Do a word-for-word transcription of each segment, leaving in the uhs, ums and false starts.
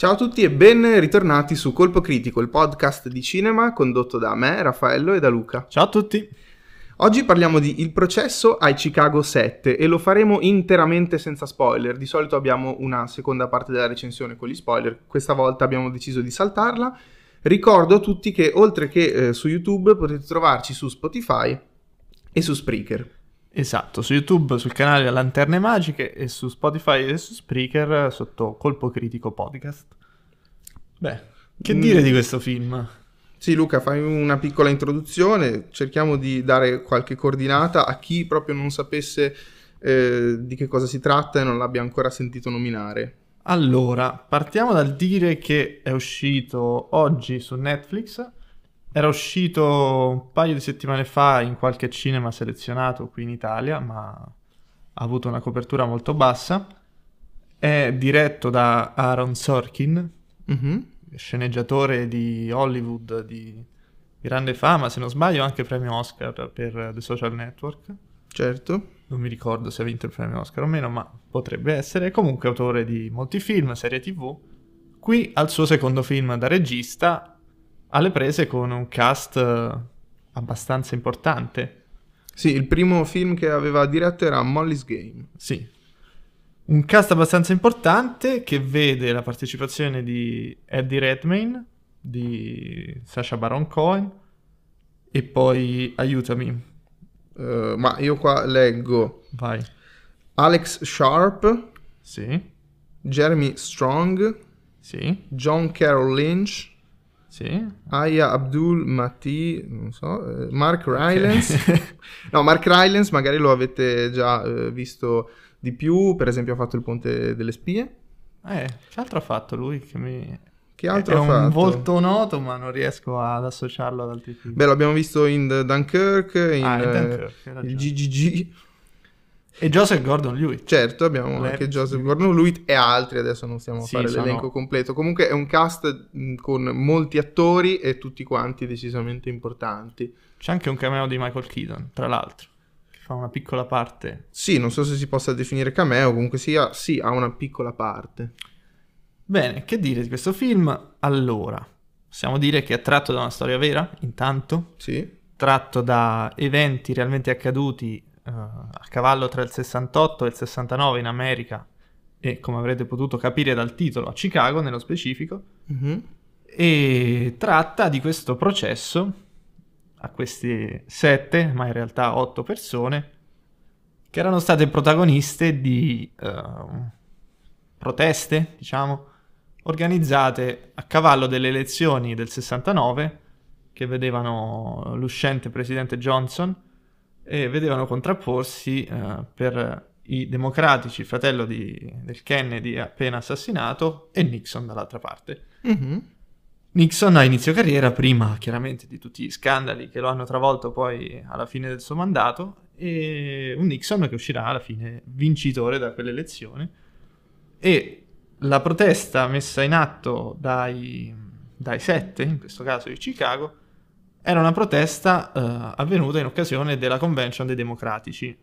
Ciao a tutti e ben ritornati su Colpo Critico, il podcast di cinema condotto da me, Raffaello, e da Luca. Ciao a tutti! Oggi parliamo di Il processo ai Chicago sette e lo faremo interamente senza spoiler. Di solito abbiamo una seconda parte della recensione con gli spoiler, questa volta abbiamo deciso di saltarla. Ricordo a tutti che oltre che eh, su YouTube potete trovarci su Spotify e su Spreaker. Esatto, su YouTube sul canale Lanterne Magiche e su Spotify e su Spreaker sotto Colpo Critico Podcast. Beh, che Mm. dire di questo film? Sì, Luca, fai una piccola introduzione, cerchiamo di dare qualche coordinata a chi proprio non sapesse eh, di che cosa si tratta e non l'abbia ancora sentito nominare. Allora, partiamo dal dire che è uscito oggi su Netflix. Era uscito un paio di settimane fa in qualche cinema selezionato qui in Italia, ma ha avuto una copertura molto bassa. È diretto da Aaron Sorkin, Mhm. sceneggiatore di Hollywood di grande fama, se non sbaglio anche premio Oscar per The Social Network. Certo. Non mi ricordo se ha vinto il premio Oscar o meno, ma potrebbe essere. Comunque autore di molti film, serie tivù. Qui al suo secondo film da regista, alle prese con un cast eh, abbastanza importante. Sì, il primo film che aveva diretto era Molly's Game. Sì. Un cast abbastanza importante che vede la partecipazione di Eddie Redmayne, di Sacha Baron Cohen e poi, aiutami, Eh, ma io qua leggo vai. Alex Sharp, Sì, Jeremy Strong, sì, John Carroll Lynch, sì. Aya Abdul Mati, non so, eh, Mark Rylance. No, Mark Rylance magari lo avete già eh, visto di più, per esempio ha fatto Il Ponte delle Spie. Eh, che altro ha fatto lui che mi... Che altro È ha un fatto? volto noto, ma non riesco ad associarlo ad altri film. Beh, l'abbiamo visto in The Dunkirk, in, Ah, in eh, Dunkirk, hai il ragione. G G G. E Joseph Gordon-Levitt. Certo, abbiamo Lei- anche Joseph Gordon-Levitt e altri, adesso non stiamo a Sì, fare sono- l'elenco completo. Comunque è un cast mh, con molti attori e tutti quanti decisamente importanti. C'è anche un cameo di Michael Keaton, tra l'altro, che fa una piccola parte. Sì, non so se si possa definire cameo, comunque sia, sì, ha una piccola parte. Bene, che dire di questo film? Allora, possiamo dire che è tratto da una storia vera, intanto, Sì, tratto da eventi realmente accaduti eh, a cavallo tra il sessantotto e il sessantanove in America e, come avrete potuto capire dal titolo, a Chicago nello specifico, Mhm. e tratta di questo processo a queste sette, ma in realtà otto persone, che erano state protagoniste di eh, proteste, diciamo, organizzate a cavallo delle elezioni del sessantanove, che vedevano l'uscente presidente Johnson e vedevano contrapporsi eh, per i democratici, il fratello di- del Kennedy appena assassinato, e Nixon dall'altra parte. Mhm. Nixon a inizio carriera, prima chiaramente di tutti gli scandali che lo hanno travolto poi alla fine del suo mandato, e un Nixon che uscirà alla fine vincitore da quelle elezioni. E la protesta messa in atto dai, dai sette, in questo caso di Chicago, era una protesta eh, avvenuta in occasione della convention dei democratici,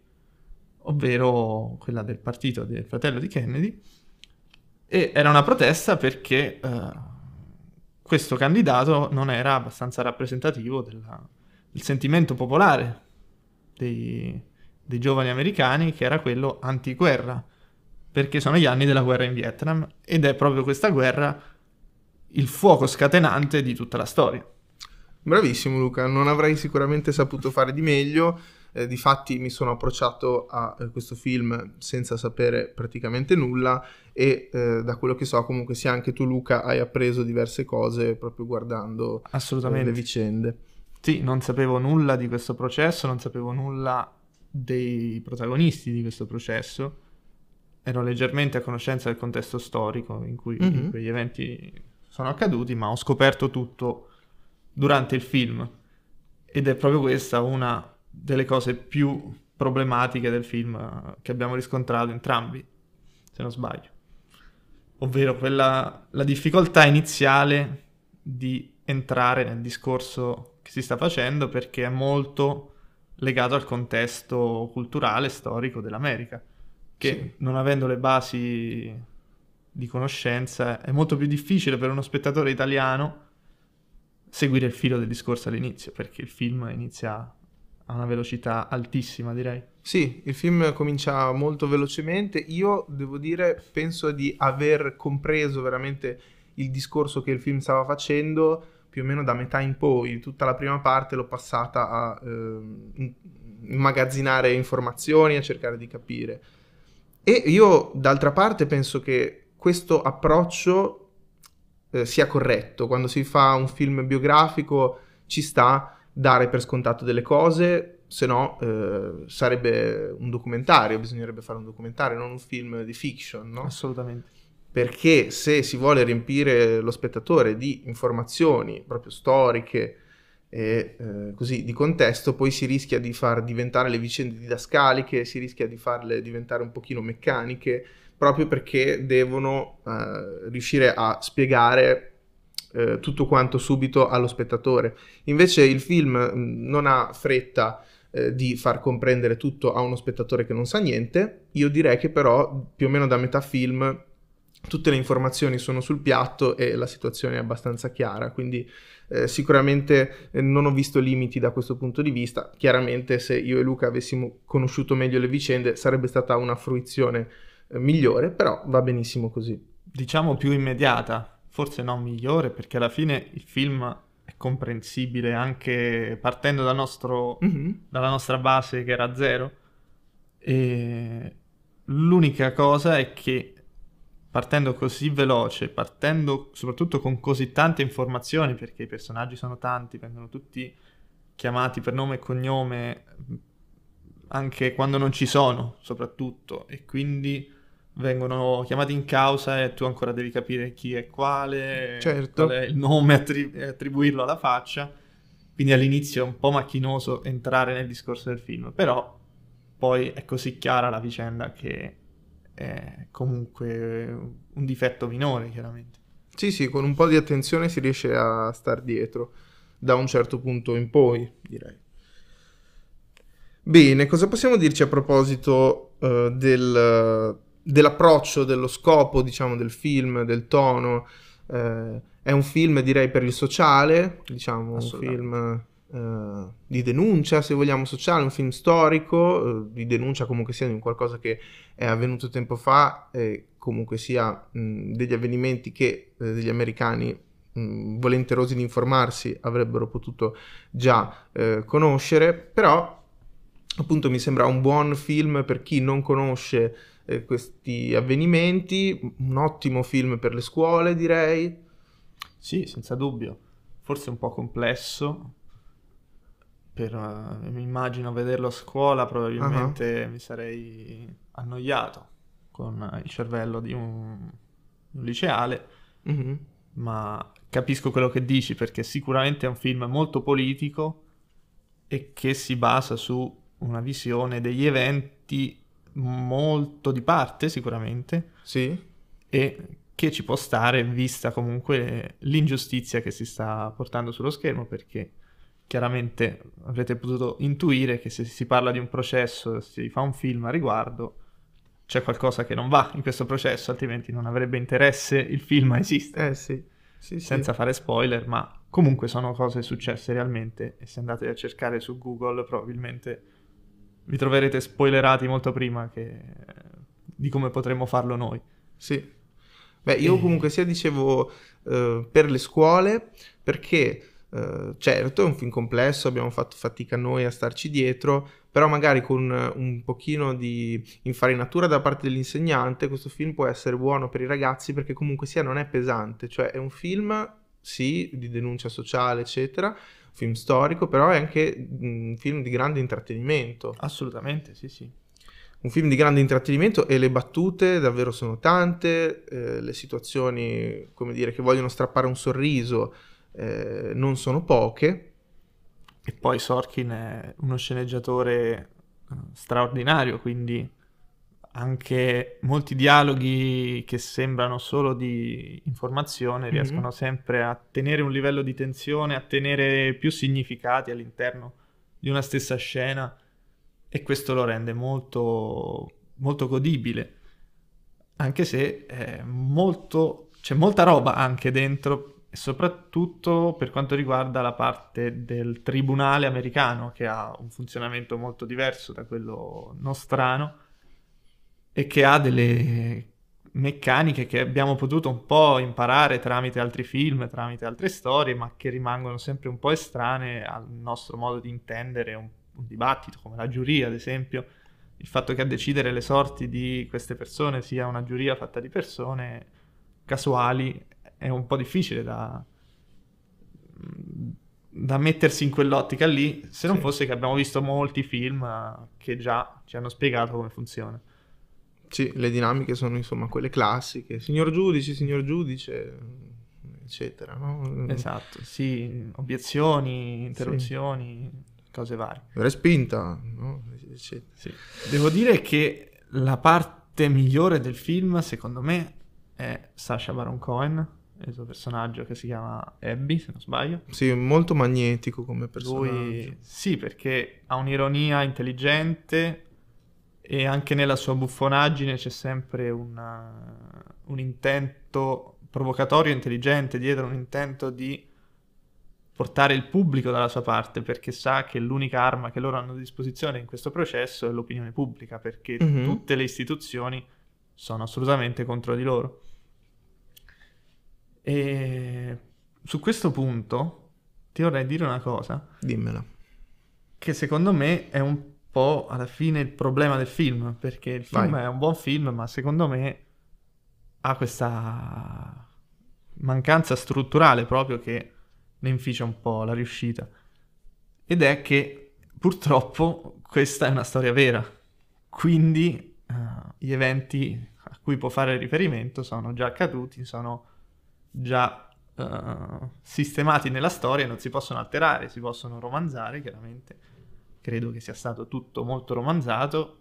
ovvero quella del partito del fratello di Kennedy, e era una protesta perché eh, questo candidato non era abbastanza rappresentativo della- del sentimento popolare dei, dei giovani americani, che era quello antiguerra, perché sono gli anni della guerra in Vietnam ed è proprio questa guerra il fuoco scatenante di tutta la storia. Bravissimo Luca, non avrei sicuramente saputo fare di meglio. Eh, difatti mi sono approcciato a eh, questo film senza sapere praticamente nulla e eh, da quello che so comunque sia anche tu Luca hai appreso diverse cose proprio guardando eh, Assolutamente. le vicende. Sì, non sapevo nulla di questo processo, non sapevo nulla dei protagonisti di questo processo. Ero leggermente a conoscenza del contesto storico in cui Mhm. quegli eventi sono accaduti, ma ho scoperto tutto durante il film. Ed è proprio questa una delle cose più problematiche del film eh, che abbiamo riscontrato entrambi, se non sbaglio. Ovvero quella, la difficoltà iniziale di entrare nel discorso che si sta facendo, perché è molto legato al contesto culturale e storico dell'America, che Sì. non avendo le basi di conoscenza, è molto più difficile per uno spettatore italiano seguire il filo del discorso all'inizio, perché il film inizia a una velocità altissima, direi. Sì, il film comincia molto velocemente. Io devo dire, penso di aver compreso veramente il discorso che il film stava facendo più o meno da metà in poi. Tutta la prima parte l'ho passata a eh, immagazzinare informazioni, a cercare di capire. E io, d'altra parte, penso che questo approccio eh, sia corretto. Quando si fa un film biografico ci sta dare per scontato delle cose, se no eh, sarebbe un documentario, bisognerebbe fare un documentario, non un film di fiction, no? Assolutamente. Perché se si vuole riempire lo spettatore di informazioni proprio storiche e eh, così di contesto, poi si rischia di far diventare le vicende didascaliche, si rischia di farle diventare un pochino meccaniche, proprio perché devono eh, riuscire a spiegare eh, tutto quanto subito allo spettatore. Invece il film mh, non ha fretta eh, di far comprendere tutto a uno spettatore che non sa niente. Io direi che però più o meno da metà film tutte le informazioni sono sul piatto e la situazione è abbastanza chiara, quindi eh, sicuramente eh, non ho visto limiti da questo punto di vista. Chiaramente se io e Luca avessimo conosciuto meglio le vicende sarebbe stata una fruizione eh, migliore, però va benissimo così. Diciamo più immediata, forse non migliore, perché alla fine il film è comprensibile anche partendo dal nostro, Mm-hmm. dalla nostra base che era zero. E l'unica cosa è che partendo così veloce, partendo soprattutto con così tante informazioni, perché i personaggi sono tanti, vengono tutti chiamati per nome e cognome, anche quando non ci sono, soprattutto, e quindi vengono chiamati in causa e tu ancora devi capire chi è quale, Certo. qual è il nome, attri- e attribuirlo alla faccia. Quindi all'inizio è un po' macchinoso entrare nel discorso del film, però poi è così chiara la vicenda che è comunque un difetto minore, chiaramente. Sì, sì, con un po' di attenzione si riesce a star dietro, da un certo punto in poi, direi. Bene, cosa possiamo dirci a proposito eh, del, dell'approccio, dello scopo, diciamo, del film, del tono? Eh, è un film, direi, per il sociale, diciamo, un film eh, di denuncia, se vogliamo, sociale, un film storico, eh, di denuncia comunque sia di un qualcosa che è avvenuto tempo fa, e comunque sia mh, degli avvenimenti che eh, degli americani mh, volenterosi di informarsi avrebbero potuto già eh, conoscere, però appunto mi sembra un buon film per chi non conosce eh, questi avvenimenti, un ottimo film per le scuole, direi. Sì, senza dubbio. Forse un po' complesso. Per, uh, mi immagino vederlo a scuola, probabilmente uh-huh. mi sarei annoiato con il cervello di un, un liceale, uh-huh. ma capisco quello che dici, perché sicuramente è un film molto politico e che si basa su una visione degli eventi molto di parte, sicuramente, sì, e che ci può stare vista comunque l'ingiustizia che si sta portando sullo schermo, perché chiaramente avrete potuto intuire che se si parla di un processo, si fa un film a riguardo, c'è qualcosa che non va in questo processo, altrimenti non avrebbe interesse il film a esistere. Eh sì, sì, senza sì. fare spoiler, ma comunque sono cose successe realmente, e se andate a cercare su Google probabilmente vi troverete spoilerati molto prima che... di come potremmo farlo noi. Sì. Beh, io E... comunque sia dicevo eh, per le scuole, perché eh, certo è un film complesso, abbiamo fatto fatica noi a starci dietro, però magari con un pochino di infarinatura da parte dell'insegnante questo film può essere buono per i ragazzi, perché comunque sia non è pesante, cioè è un film, sì, di denuncia sociale, eccetera, film storico, però è anche un film di grande intrattenimento. Assolutamente, sì, sì. Un film di grande intrattenimento, e le battute davvero sono tante, eh, le situazioni, come dire, che vogliono strappare un sorriso eh, non sono poche. E poi Sorkin è uno sceneggiatore uh, straordinario, quindi anche molti dialoghi che sembrano solo di informazione mm-hmm. riescono sempre a tenere un livello di tensione, a tenere più significati all'interno di una stessa scena, e questo lo rende molto, molto godibile. anche se è molto, c'è molta roba anche dentro, e soprattutto per quanto riguarda la parte del tribunale americano, che ha un funzionamento molto diverso da quello nostrano e che ha delle meccaniche che abbiamo potuto un po' imparare tramite altri film, tramite altre storie, ma che rimangono sempre un po' estranee al nostro modo di intendere un, un dibattito, come la giuria, ad esempio. Il fatto che a decidere le sorti di queste persone sia una giuria fatta di persone casuali è un po' difficile da, da mettersi in quell'ottica lì, se non Sì. fosse che abbiamo visto molti film eh, che già ci hanno spiegato come funziona. Sì, le dinamiche sono insomma quelle classiche, signor giudice, signor giudice, eccetera, no? Esatto, sì, obiezioni, Sì. interruzioni, cose varie. Respinta, no? Eccetera. Sì. Devo dire che la parte migliore del film, secondo me, è Sacha Baron Cohen, il suo personaggio che si chiama Abby, se non sbaglio. Sì, molto magnetico come personaggio. Lui, sì, perché ha un'ironia intelligente e anche nella sua buffonaggine c'è sempre una- un intento provocatorio e intelligente dietro, un intento di portare il pubblico dalla sua parte, perché sa che l'unica arma che loro hanno a disposizione in questo processo è l'opinione pubblica, perché Mhm. tutte le istituzioni sono assolutamente contro di loro. E su questo punto ti vorrei dire una cosa, Dimmela. che secondo me è un po' alla fine il problema del film, perché il film Vai. è un buon film, ma secondo me ha questa mancanza strutturale proprio che ne inficia un po' la riuscita. Ed è che purtroppo questa è una storia vera, quindi eh, gli eventi a cui può fare riferimento sono già accaduti, sono già eh, sistemati nella storia e non si possono alterare, si possono romanzare, chiaramente. Credo che sia stato tutto molto romanzato,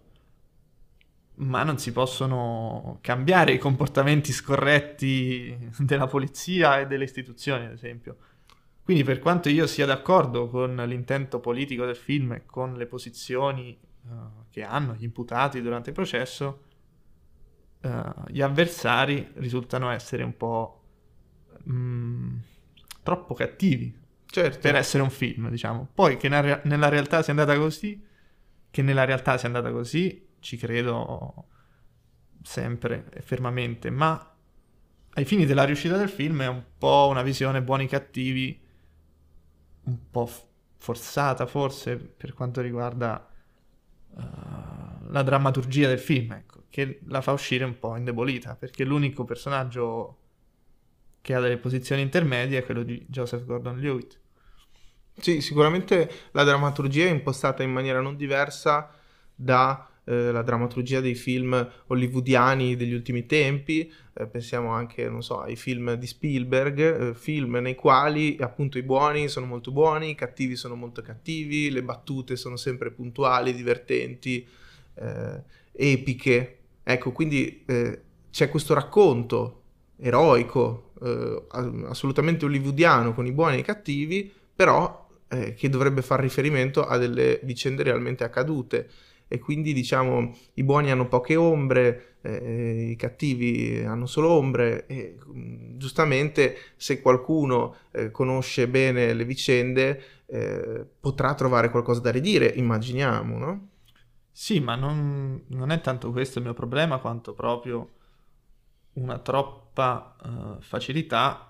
ma non si possono cambiare i comportamenti scorretti della polizia e delle istituzioni, ad esempio. Quindi per quanto io sia d'accordo con l'intento politico del film e con le posizioni eh, che hanno gli imputati durante il processo, eh, gli avversari risultano essere un po' mh, troppo cattivi Certo. per essere un film, diciamo. Poi che nella, nella realtà sia andata così, che nella realtà sia andata così, ci credo sempre e fermamente, ma ai fini della riuscita del film è un po' una visione buoni cattivi, un po' f- forzata forse per quanto riguarda uh, la drammaturgia del film, ecco, che la fa uscire un po' indebolita, perché l'unico personaggio che ha delle posizioni intermedie è quello di Joseph Gordon-Levitt. Sì, sicuramente la drammaturgia è impostata in maniera non diversa da eh, la drammaturgia dei film hollywoodiani degli ultimi tempi. Eh, pensiamo anche, non so, ai film di Spielberg, eh, film nei quali appunto i buoni sono molto buoni, i cattivi sono molto cattivi, le battute sono sempre puntuali, divertenti, eh, epiche. Ecco, quindi eh, c'è questo racconto eroico, eh, assolutamente hollywoodiano con i buoni e i cattivi, però eh, che dovrebbe far riferimento a delle vicende realmente accadute, e quindi diciamo i buoni hanno poche ombre, eh, i cattivi hanno solo ombre, e mh, giustamente se qualcuno eh, conosce bene le vicende eh, potrà trovare qualcosa da ridire, immaginiamo, no? Sì, ma non, non è tanto questo il mio problema quanto proprio una troppa uh, facilità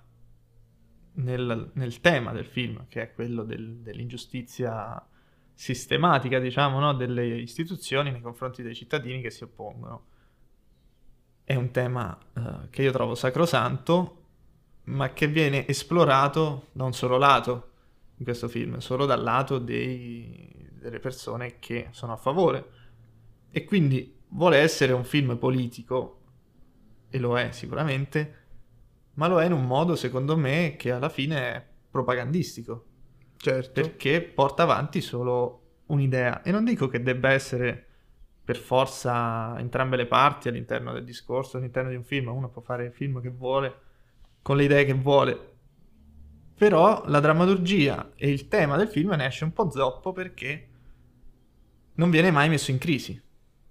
nel, nel tema del film, che è quello del, dell'ingiustizia sistematica, diciamo, no? Delle istituzioni nei confronti dei cittadini che si oppongono. È un tema uh, che io trovo sacrosanto, ma che viene esplorato da un solo lato in questo film, solo dal lato dei, delle persone che sono a favore. E quindi vuole essere un film politico, e lo è sicuramente, ma lo è in un modo, secondo me, che alla fine è propagandistico. Certo. Perché porta avanti solo un'idea. E non dico che debba essere per forza entrambe le parti all'interno del discorso, all'interno di un film. Uno può fare il film che vuole, con le idee che vuole. Però la drammaturgia e il tema del film ne esce un po' zoppo perché non viene mai messo in crisi.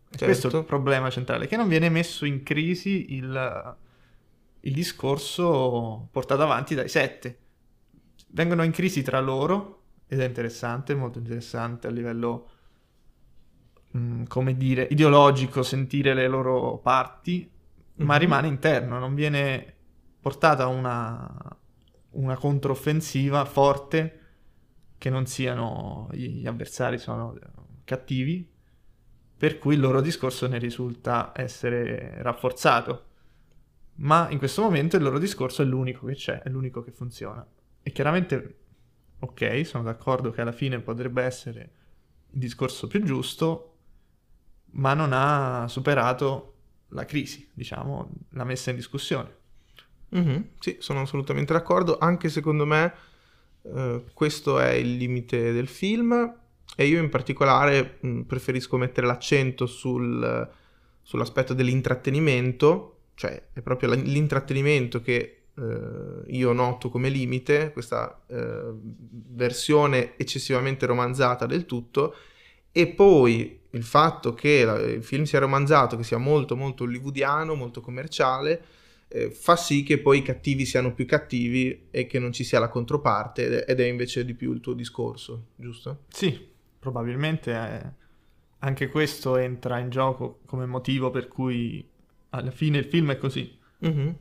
E Certo. questo è il problema centrale, che non viene messo in crisi il, il discorso portato avanti dai sette. Vengono in crisi tra loro, ed è interessante, molto interessante a livello, mh, come dire, ideologico, sentire le loro parti, ma Mhm. rimane interno, non viene portata una, una controffensiva forte, che non siano gli avversari sono cattivi, per cui il loro discorso ne risulta essere rafforzato. Ma in questo momento il loro discorso è l'unico che c'è, è l'unico che funziona. E chiaramente, ok, sono d'accordo che alla fine potrebbe essere il discorso più giusto, ma non ha superato la crisi, diciamo, la messa in discussione. Mhm. Sì, sono assolutamente d'accordo. Anche secondo me eh, questo è il limite del film e io in particolare mh, preferisco mettere l'accento sul, sull'aspetto dell'intrattenimento, cioè è proprio la- l'intrattenimento che eh, io noto come limite, questa eh, versione eccessivamente romanzata del tutto, e poi il fatto che la- il film sia romanzato, che sia molto molto hollywoodiano, molto commerciale, eh, fa sì che poi i cattivi siano più cattivi e che non ci sia la controparte, ed è, ed è invece di più il tuo discorso, giusto? Sì, probabilmente eh, anche questo entra in gioco come motivo per cui alla fine il film è così. Mhm.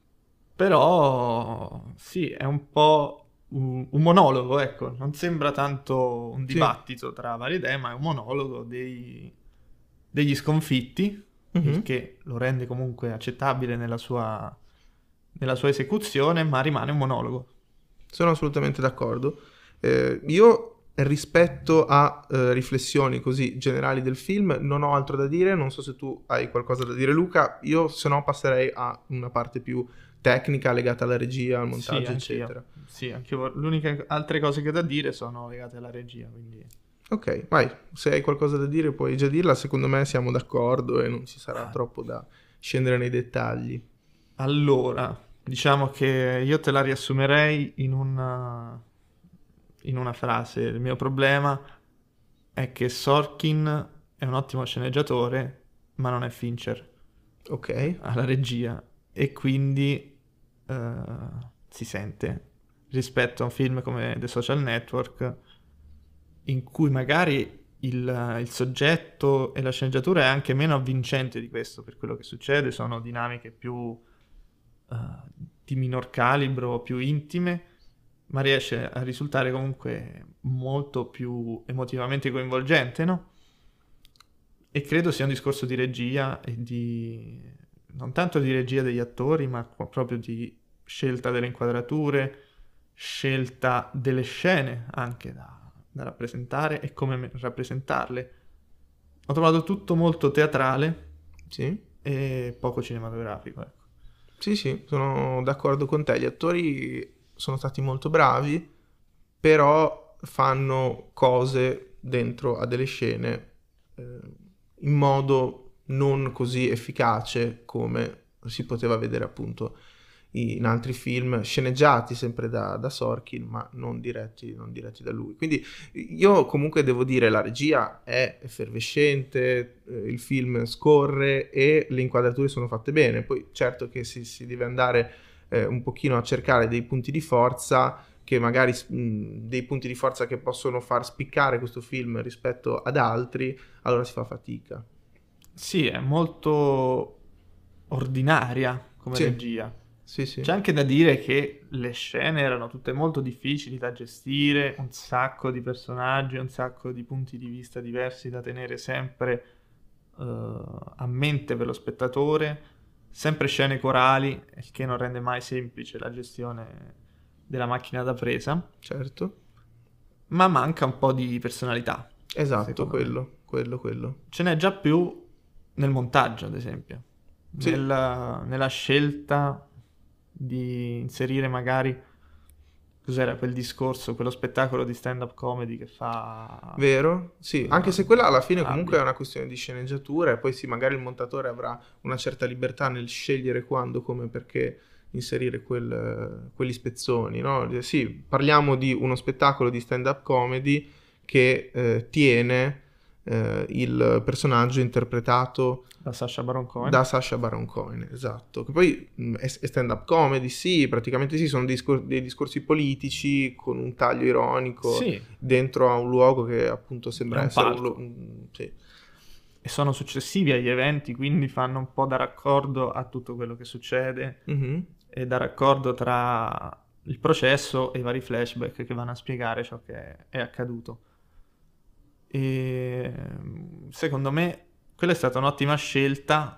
Però sì, è un po' un, un monologo, ecco, non sembra tanto un Sì. dibattito tra varie idee, ma è un monologo dei- degli sconfitti, il Mhm. che lo rende comunque accettabile nella sua, nella sua esecuzione, ma rimane un monologo. Sono assolutamente d'accordo. Eh, io rispetto a eh, riflessioni così generali del film non ho altro da dire, non so se tu hai qualcosa da dire Luca, io se no passerei a una parte più tecnica legata alla regia, al Sì, montaggio, anch'io. eccetera. Sì, anche io. Le uniche altre cose che ho da dire sono legate alla regia, quindi... Ok, vai, se hai qualcosa da dire puoi già dirla, secondo me siamo d'accordo e non ci sarà troppo da scendere nei dettagli. Allora, diciamo che io te la riassumerei in una, in una frase. Il mio problema è che Sorkin è un ottimo sceneggiatore, ma non è Fincher Ok, alla regia, e quindi eh, si sente rispetto a un film come The Social Network, in cui magari il, il soggetto e la sceneggiatura è anche meno avvincente di questo, per quello che succede, sono dinamiche più eh, di minor calibro, più intime, ma riesce a risultare comunque molto più emotivamente coinvolgente, no? E credo sia un discorso di regia e di... non tanto di regia degli attori, ma qu- proprio di scelta delle inquadrature, scelta delle scene anche da, da rappresentare e come me- rappresentarle. Ho trovato tutto molto teatrale sì. e poco cinematografico, ecco. Sì, sì, sono d'accordo con te. Gli attori sono stati molto bravi, però fanno cose dentro a delle scene eh, in modo non così efficace come si poteva vedere appunto in altri film sceneggiati sempre da, da Sorkin, ma non diretti, non diretti da lui. Quindi io comunque devo dire la regia è effervescente, eh, il film scorre e le inquadrature sono fatte bene. Poi certo che si, si deve andare eh, un pochino a cercare dei punti di forza che magari mh, dei punti di forza che possono far spiccare questo film rispetto ad altri, allora si fa fatica. Sì, è molto ordinaria come Sì, regia. sì, sì. C'è anche da dire che le scene erano tutte molto difficili da gestire, un sacco di personaggi, un sacco di punti di vista diversi da tenere sempre eh, a mente per lo spettatore, sempre scene corali, il che non rende mai semplice la gestione della macchina da presa, Certo. ma manca un po' di personalità, Esatto, secondo me. quello, quello, quello. Ce n'è già più nel montaggio, ad esempio, Sì, nella, nella scelta di inserire magari, cos'era quel discorso, quello spettacolo di stand-up comedy che fa vero? Sì, anche se quella alla uh, fine comunque Abbi. è una questione di sceneggiatura e poi sì, magari il montatore avrà una certa libertà nel scegliere quando, come, perché inserire quel, quegli spezzoni, no? Sì, parliamo di uno spettacolo di stand-up comedy che eh, tiene eh, il personaggio interpretato Da Sacha Baron Cohen. da Sacha Baron Cohen, esatto. Che poi mh, è, è stand-up comedy, sì, praticamente sì, sono discor- dei discorsi politici con un taglio ironico Sì, dentro a un luogo che appunto sembra È un essere un, palco. lu- un- sì. e sono successivi agli eventi, quindi fanno un po' da raccordo a tutto quello che succede Mhm. e da raccordo tra il processo e i vari flashback che vanno a spiegare ciò che è accaduto. E secondo me quella è stata un'ottima scelta.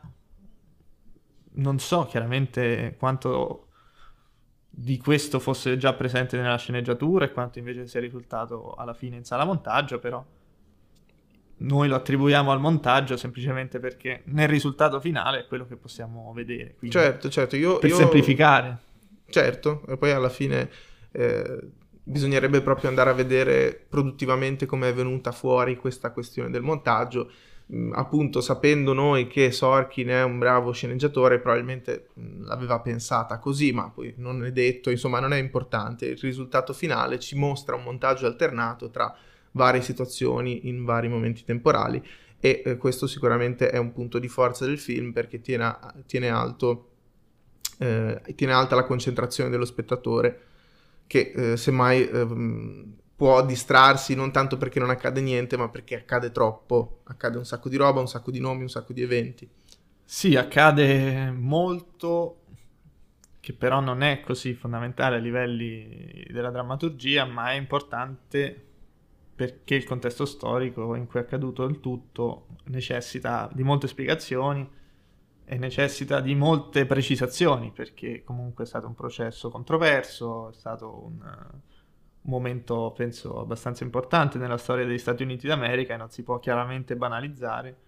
Non so chiaramente quanto di questo fosse già presente nella sceneggiatura e quanto invece sia risultato alla fine in sala montaggio, però noi lo attribuiamo al montaggio semplicemente perché nel risultato finale è quello che possiamo vedere. Quindi, Certo, certo, io... per io- semplificare. Certo, e poi alla fine eh, bisognerebbe proprio andare a vedere produttivamente come è venuta fuori questa questione del montaggio. Mm, appunto, sapendo noi che Sorkin è un bravo sceneggiatore, probabilmente mm, l'aveva pensata così, ma poi non è detto, insomma, non è importante. Il risultato finale ci mostra un montaggio alternato tra varie situazioni in vari momenti temporali e eh, questo sicuramente è un punto di forza del film perché tiene, tiene alto eh, tiene alta la concentrazione dello spettatore che eh, semmai ehm, può distrarsi non tanto perché non accade niente ma perché accade troppo, accade un sacco di roba, un sacco di nomi, un sacco di eventi. Sì, accade molto, che però non è così fondamentale a livelli della drammaturgia, ma è importante perché il contesto storico in cui è accaduto il tutto necessita di molte spiegazioni e necessita di molte precisazioni, perché comunque è stato un processo controverso, è stato un, un momento, penso, abbastanza importante nella storia degli Stati Uniti d'America e non si può chiaramente banalizzare,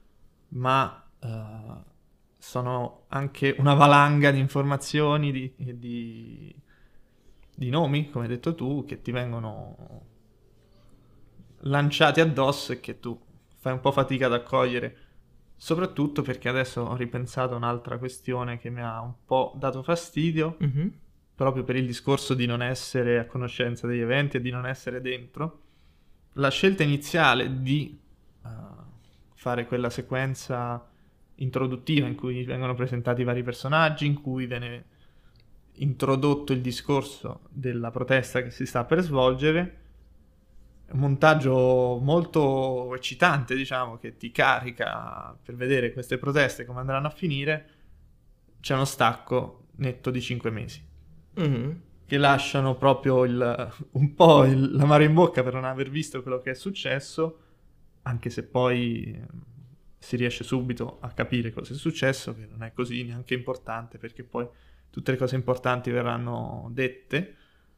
ma eh, sono anche una valanga di informazioni, di, di, di nomi, come hai detto tu, che ti vengono lanciati addosso e che tu fai un po' fatica ad accogliere. Soprattutto perché adesso ho ripensato a un'altra questione che mi ha un po' dato fastidio, Mm-hmm. proprio per il discorso di non essere a conoscenza degli eventi e di non essere dentro. La scelta iniziale di uh, fare quella sequenza introduttiva in cui vengono presentati i vari personaggi, in cui viene introdotto il discorso della protesta che si sta per svolgere, un montaggio molto eccitante, diciamo, che ti carica per vedere queste proteste come andranno a finire. C'è uno stacco netto di cinque mesi Mm-hmm. che lasciano proprio il, un po' il, l'amaro in bocca per non aver visto quello che è successo, anche se poi si riesce subito a capire cosa è successo, che non è così neanche importante perché poi tutte le cose importanti verranno dette.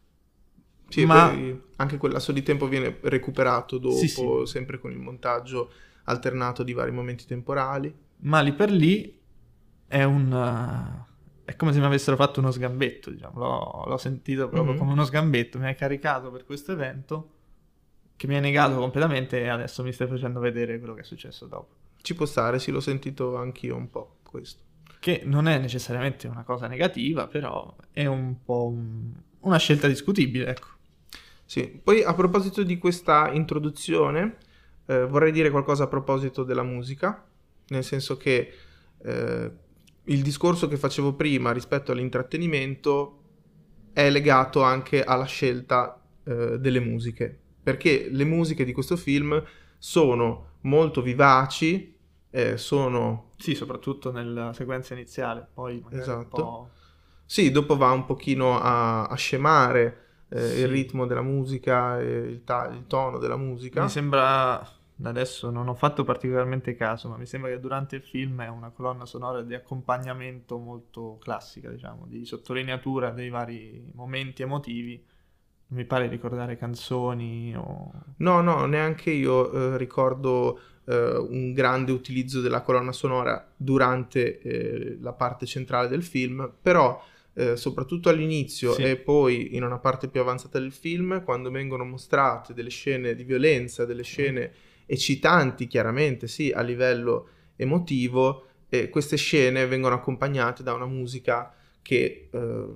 Sì, Ma poi anche quel lasso di tempo viene recuperato dopo, Sì, sì. sempre con il montaggio alternato di vari momenti temporali. ma lì per lì è un uh, è come se mi avessero fatto uno sgambetto, diciamo. L'ho, l'ho sentito proprio Mhm. come uno sgambetto, mi hai caricato per questo evento che mi hai negato completamente e adesso mi stai facendo vedere quello che è successo dopo, Ci può stare, sì, l'ho sentito anch'io un po' questo. che non è necessariamente una cosa negativa, però è un po' un- una scelta discutibile, ecco. Sì, poi a proposito di questa introduzione, eh, vorrei dire qualcosa a proposito della musica, nel senso che eh, il discorso che facevo prima rispetto all'intrattenimento è legato anche alla scelta eh, delle musiche, perché le musiche di questo film sono molto vivaci, eh, sono... Sì, soprattutto nella sequenza iniziale, poi magari un Esatto. po'... Sì, dopo va un pochino a, a scemare eh, Sì. il ritmo della musica, e il, ta- il tono della musica. Mi sembra, adesso non ho fatto particolarmente caso, ma mi sembra che durante il film è una colonna sonora di accompagnamento molto classica, diciamo, di sottolineatura dei vari momenti emotivi. Non mi pare ricordare canzoni o... No, no, neanche io eh, ricordo eh, un grande utilizzo della colonna sonora durante eh, la parte centrale del film, però eh, soprattutto all'inizio Sì. e poi in una parte più avanzata del film, quando vengono mostrate delle scene di violenza, delle scene eccitanti, chiaramente, sì, a livello emotivo, e queste scene vengono accompagnate da una musica che eh,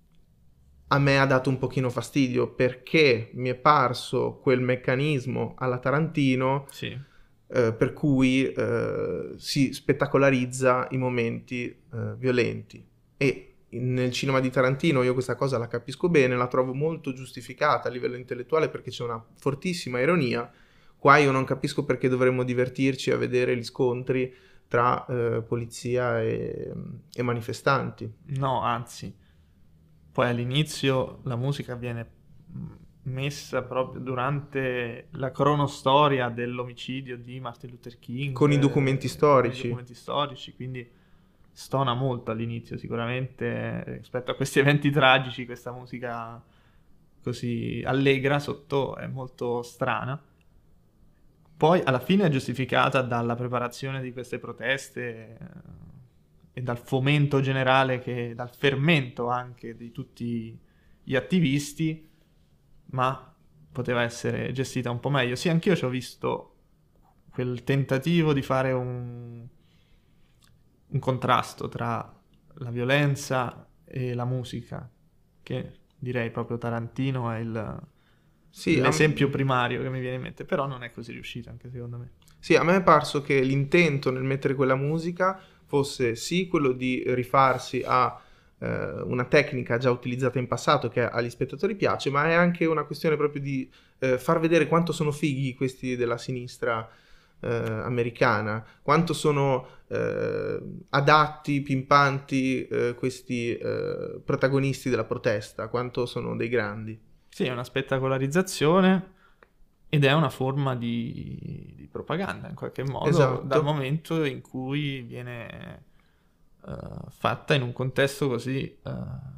a me ha dato un pochino fastidio perché mi è parso quel meccanismo alla Tarantino Sì. eh, per cui eh, si spettacolarizza i momenti eh, violenti. E nel cinema di Tarantino io questa cosa la capisco bene, la trovo molto giustificata a livello intellettuale perché c'è una fortissima ironia. Qua io non capisco perché dovremmo divertirci a vedere gli scontri tra eh, polizia e, e manifestanti. No, anzi, poi all'inizio la musica viene messa proprio durante la cronostoria dell'omicidio di Martin Luther King. Con i documenti eh, storici. Con i documenti storici, quindi stona molto all'inizio sicuramente rispetto a questi eventi tragici, questa musica così allegra sotto è molto strana. Poi alla fine è giustificata dalla preparazione di queste proteste eh, e dal fomento generale, che, dal fermento anche di tutti gli attivisti, ma poteva essere gestita un po' meglio. Sì, anch'io ci ho visto quel tentativo di fare un, un contrasto tra la violenza e la musica, che direi proprio Tarantino è il... Sì, l'esempio a... primario che mi viene in mente, però non è così riuscito anche secondo me. Sì, a me è parso che l'intento nel mettere quella musica fosse sì quello di rifarsi a eh, una tecnica già utilizzata in passato che agli spettatori piace, ma è anche una questione proprio di eh, far vedere quanto sono fighi questi della sinistra eh, americana, quanto sono eh, adatti, pimpanti eh, questi eh, protagonisti della protesta, quanto sono dei grandi. Sì, è una spettacolarizzazione ed è una forma di, di propaganda in qualche modo, Esatto. Dal momento in cui viene uh, fatta in un contesto così uh,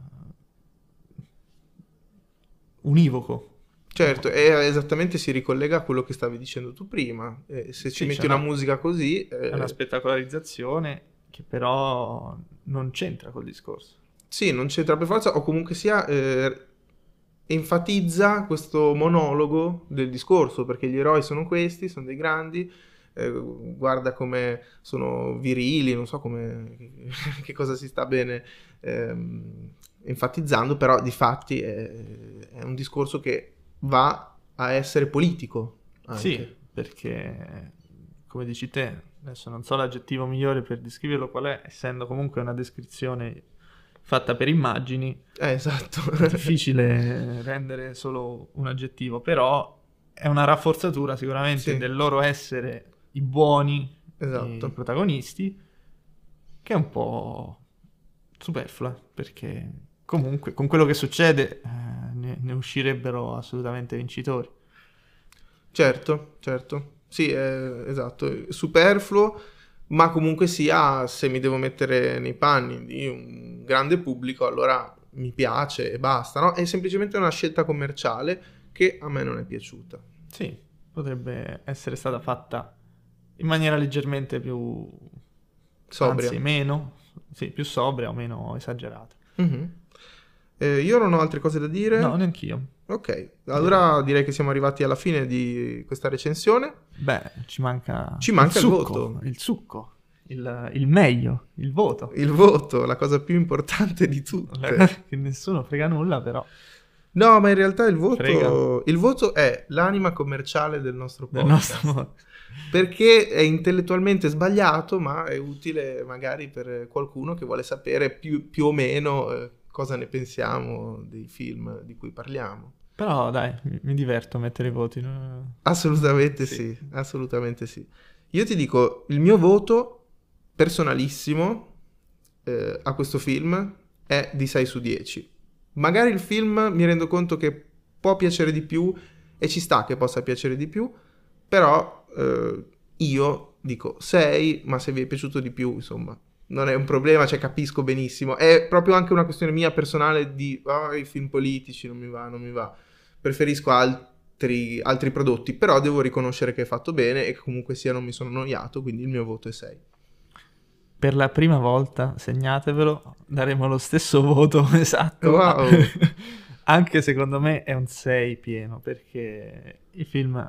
univoco. Certo, e esattamente si ricollega a quello che stavi dicendo tu prima. Eh, se ci Sì, metti c'è una, una- musica così... eh, È una spettacolarizzazione che però non c'entra col discorso. sì, non c'entra per forza, o comunque sia... eh, enfatizza questo monologo del discorso, perché gli eroi sono questi, sono dei grandi, eh, guarda come sono virili, non so come, che cosa si sta bene ehm, enfatizzando, però di fatti è, è un discorso che va a essere politico anche. Sì, perché come dici te, adesso non so l'aggettivo migliore per descriverlo qual è, essendo comunque una descrizione fatta per immagini, Eh, esatto. è difficile rendere solo un aggettivo, però è una rafforzatura sicuramente Sì. del loro essere i buoni, Esatto. i protagonisti, che è un po' superflua, perché comunque con quello che succede eh, ne, ne uscirebbero assolutamente vincitori. Certo, certo. Sì, è, esatto, è superfluo, ma comunque sia, se mi devo mettere nei panni di un grande pubblico, allora mi piace e basta, no? È semplicemente una scelta commerciale che a me non è piaciuta. Sì, potrebbe essere stata fatta in maniera leggermente più... Sobria. anzi meno, sì, più sobria o meno esagerata. Mhm. Eh, io non ho altre cose da dire. No, neanch'io. Ok, allora direi che siamo arrivati alla fine di questa recensione. Beh, ci manca, Ci manca il il voto. succo, il succo, il, il meglio, il voto. Il voto, la cosa più importante di tutte. Che nessuno frega nulla, però No, ma in realtà il voto, Frega. il voto è l'anima commerciale del nostro del podcast. nostro modo. Perché è intellettualmente sbagliato, ma è utile magari per qualcuno che vuole sapere più, più o meno eh, cosa ne pensiamo dei film di cui parliamo. Però dai, mi, mi diverto a mettere i voti. No? Assolutamente Sì. sì, assolutamente sì. Io ti dico, il mio voto personalissimo eh, a questo film è di sei su dieci. Magari il film mi rendo conto che può piacere di più e ci sta che possa piacere di più, però eh, io dico sei, ma se vi è piaciuto di più, insomma, non è un problema, cioè capisco benissimo. È proprio anche una questione mia personale di ah, i film politici non mi va, non mi va. Preferisco altri, altri prodotti, però devo riconoscere che è fatto bene e che comunque sia non mi sono annoiato, quindi il mio voto è sei. Per la prima volta, segnatevelo, daremo lo stesso voto esatto. Wow. Anche secondo me è un sei pieno, perché il film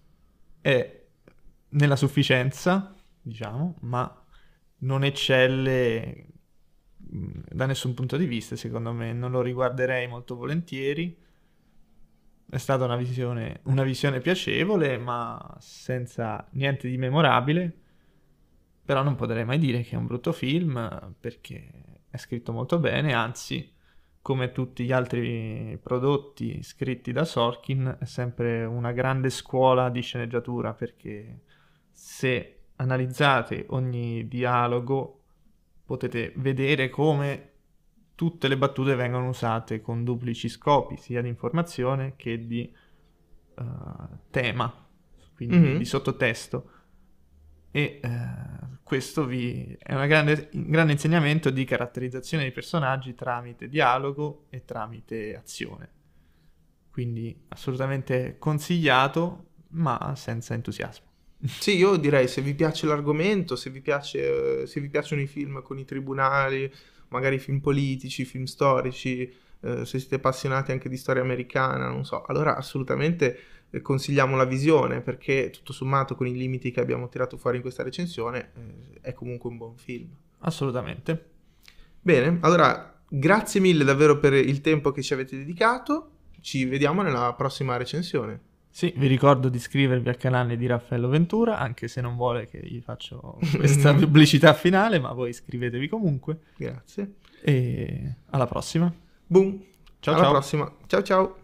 è nella sufficienza, diciamo, ma non eccelle mh, da nessun punto di vista, secondo me. Non lo riguarderei molto volentieri. è stata una visione, una visione piacevole, ma senza niente di memorabile. Però non potrei mai dire che è un brutto film, perché è scritto molto bene, anzi, come tutti gli altri prodotti scritti da Sorkin, è sempre una grande scuola di sceneggiatura, perché se analizzate ogni dialogo potete vedere come tutte le battute vengono usate con duplici scopi, sia di informazione che di uh, tema, quindi Mhm. di sottotesto. E uh, questo vi è un grande, un grande insegnamento di caratterizzazione dei personaggi tramite dialogo e tramite azione. Quindi assolutamente consigliato, ma senza entusiasmo. Sì, io direi se vi piace l'argomento, se vi piace, eh, se vi piacciono i film con i tribunali, magari film politici, film storici, eh, se siete appassionati anche di storia americana, non so, allora assolutamente eh, consigliamo la visione, perché tutto sommato con i limiti che abbiamo tirato fuori in questa recensione eh, è comunque un buon film. Assolutamente. Bene, allora grazie mille davvero per il tempo che ci avete dedicato, ci vediamo nella prossima recensione. Sì, vi ricordo di iscrivervi al canale di Raffaello Ventura, anche se non vuole che gli faccio questa pubblicità finale, ma voi iscrivetevi comunque. Grazie. E alla prossima. Boom. Ciao Alla ciao. prossima. Ciao ciao.